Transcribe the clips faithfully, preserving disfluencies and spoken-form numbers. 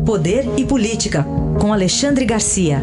Poder e Política, com Alexandre Garcia.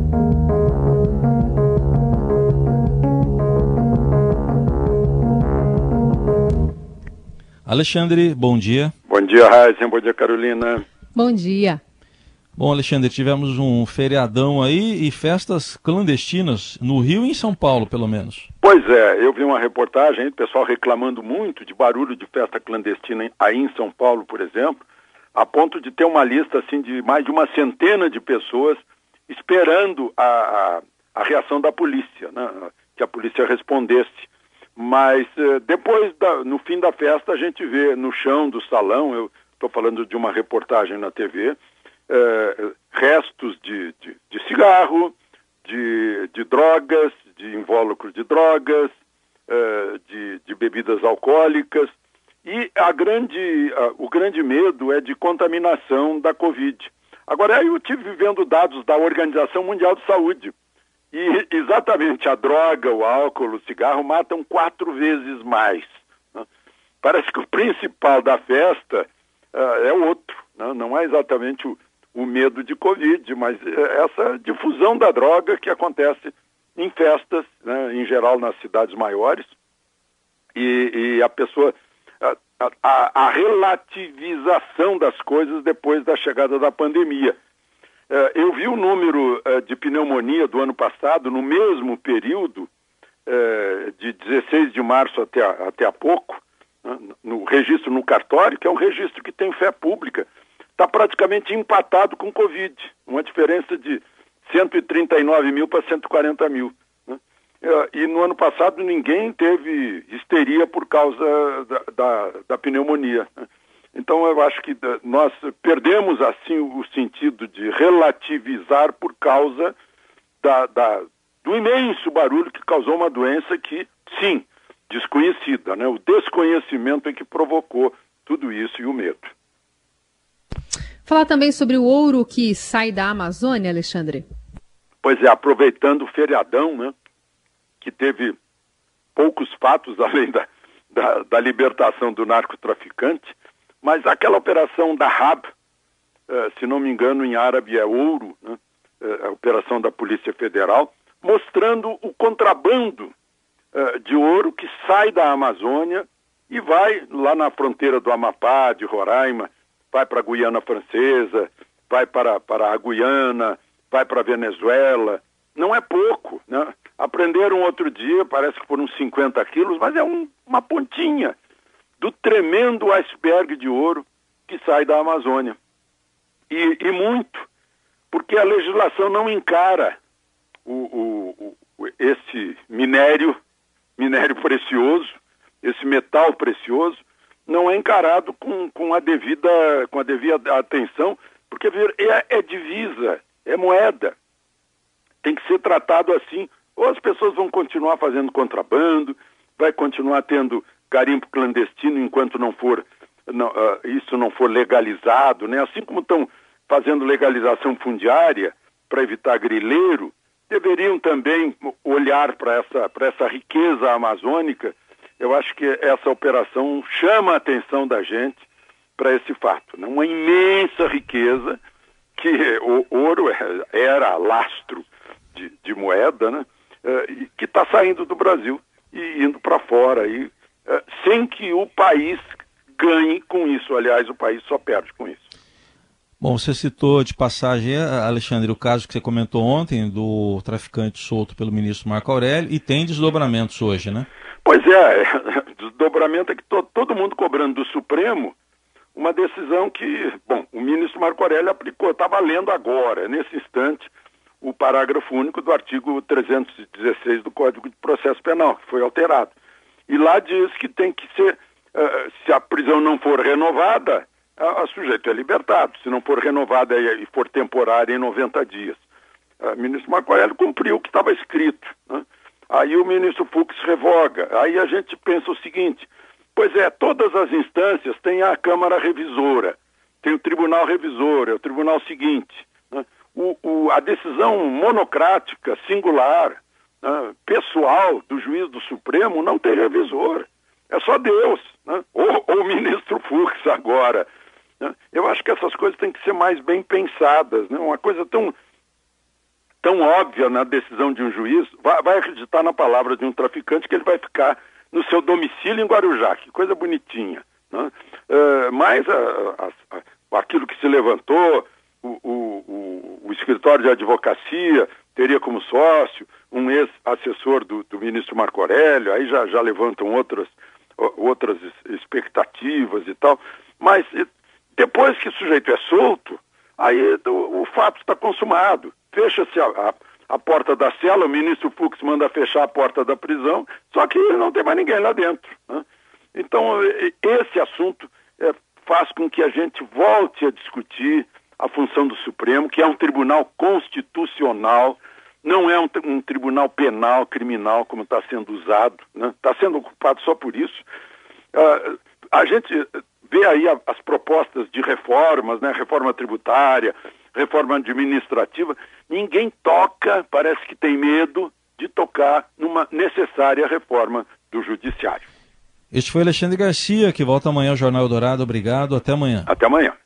Alexandre, bom dia. Bom dia, Raíssa. Bom dia, Carolina. Bom dia. Bom, Alexandre, tivemos um feriadão aí e festas clandestinas no Rio e em São Paulo, pelo menos. Pois é, eu vi uma reportagem, o pessoal reclamando muito de barulho de festa clandestina aí em São Paulo, por exemplo, a ponto de ter uma lista assim de mais de uma centena de pessoas esperando a, a, a reação da polícia, né? Que a polícia respondesse. Mas depois, da, no fim da festa, a gente vê no chão do salão, eu estou falando de uma reportagem na T V, eh, restos de, de, de cigarro, de, de drogas, de invólucros de drogas, eh, de, de bebidas alcoólicas, e a grande, a, o grande medo é de contaminação da Covid. Agora, eu estive vendo dados da Organização Mundial de Saúde, e exatamente a droga, o álcool, o cigarro matam quatro vezes mais. Né? Parece que o principal da festa uh, é outro, né? Não é exatamente o, o medo de Covid, mas essa difusão da droga que acontece em festas, né? Em geral nas cidades maiores, e, e a pessoa, a, a, a relativização das coisas depois da chegada da pandemia. Uh, eu vi o número uh, de pneumonia do ano passado, no mesmo período, uh, de dezesseis de março até, a, até há pouco, uh, no registro no cartório, que é um registro que tem fé pública, está praticamente empatado com Covid, uma diferença de cento e trinta e nove mil para cento e quarenta mil. Né? Uh, e no ano passado ninguém teve histeria por causa da, da, da pneumonia, né? Então eu acho que nós perdemos assim o sentido de relativizar por causa da, da, do imenso barulho que causou uma doença que, sim, desconhecida, né? O desconhecimento é que provocou tudo isso e o medo. Falar também sobre o ouro que sai da Amazônia, Alexandre? Pois é, aproveitando o feriadão, né? Que teve poucos fatos além da, da, da libertação do narcotraficante, mas aquela operação da R A B, uh, se não me engano em árabe é ouro, né? uh, a operação da Polícia Federal, mostrando o contrabando uh, de ouro que sai da Amazônia e vai lá na fronteira do Amapá, de Roraima, vai para a Guiana Francesa, vai para, para a Guiana, vai para a Venezuela. Não é pouco, né? Aprenderam outro dia, parece que foram cinquenta quilos, mas é um, uma pontinha do tremendo iceberg de ouro que sai da Amazônia. E, e muito, porque a legislação não encara o, o, o, esse minério, minério precioso, esse metal precioso, não é encarado com, com, a, devida, com a devida atenção, porque é, é divisa, é moeda. Tem que ser tratado assim, ou as pessoas vão continuar fazendo contrabando, vai continuar tendo garimpo clandestino enquanto não for, não, uh, isso não for legalizado, né? Assim como estão fazendo legalização fundiária para evitar grileiro, deveriam também olhar para essa, para essa riqueza amazônica. Eu acho que essa operação chama a atenção da gente para esse fato, né? Uma imensa riqueza que o ouro era lastro de, de moeda, né? Uh, que está saindo do Brasil e indo para fora aí, sem que o país ganhe com isso. Aliás, o país só perde com isso. Bom, você citou de passagem, Alexandre, o caso que você comentou ontem do traficante solto pelo ministro Marco Aurélio, e tem desdobramentos hoje, né? Pois é, desdobramento é que to, todo mundo cobrando do Supremo uma decisão que, bom, o ministro Marco Aurélio aplicou, está valendo agora, nesse instante, o parágrafo único do artigo trezentos e dezesseis do Código de Processo Penal, que foi alterado. E lá diz que tem que ser, uh, se a prisão não for renovada, o sujeito é libertado. Se não for renovada e for temporária em noventa dias. O ministro Marco Aurélio cumpriu o que estava escrito, né? Aí o ministro Fux revoga. Aí a gente pensa o seguinte, pois é, todas as instâncias têm a Câmara Revisora, tem o Tribunal Revisor, é o Tribunal seguinte, né? o, o, a decisão monocrática, singular, né, pessoal do juiz do Supremo não tem revisor. É só Deus, né? Ou, ou o ministro Fux agora. né? Eu acho que essas coisas têm que ser mais bem pensadas, né? Uma coisa tão, tão óbvia na decisão de um juiz, vai, vai acreditar na palavra de um traficante que ele vai ficar no seu domicílio em Guarujá, que coisa bonitinha, né? Uh, mas a, a, a, aquilo que se levantou, o, o, o, o escritório de advocacia teria como sócio um ex-assessor do, do ministro Marco Aurélio, aí já, já levantam outras, outras expectativas e tal, mas depois que o sujeito é solto, aí o, o fato está consumado, fecha-se a, a, a porta da cela, o ministro Fux manda fechar a porta da prisão, só que não tem mais ninguém lá dentro, né? Então esse assunto é, faz com que a gente volte a discutir a função do Supremo, que é um tribunal constitucional, não é um, um tribunal penal, criminal, como está sendo usado, né? Está sendo ocupado só por isso. Uh, a gente vê aí a, as propostas de reformas, né? Reforma tributária, reforma administrativa, ninguém toca, parece que tem medo de tocar numa necessária reforma do judiciário. Este foi Alexandre Garcia, que volta amanhã ao Jornal Eldorado. Obrigado, até amanhã. Até amanhã.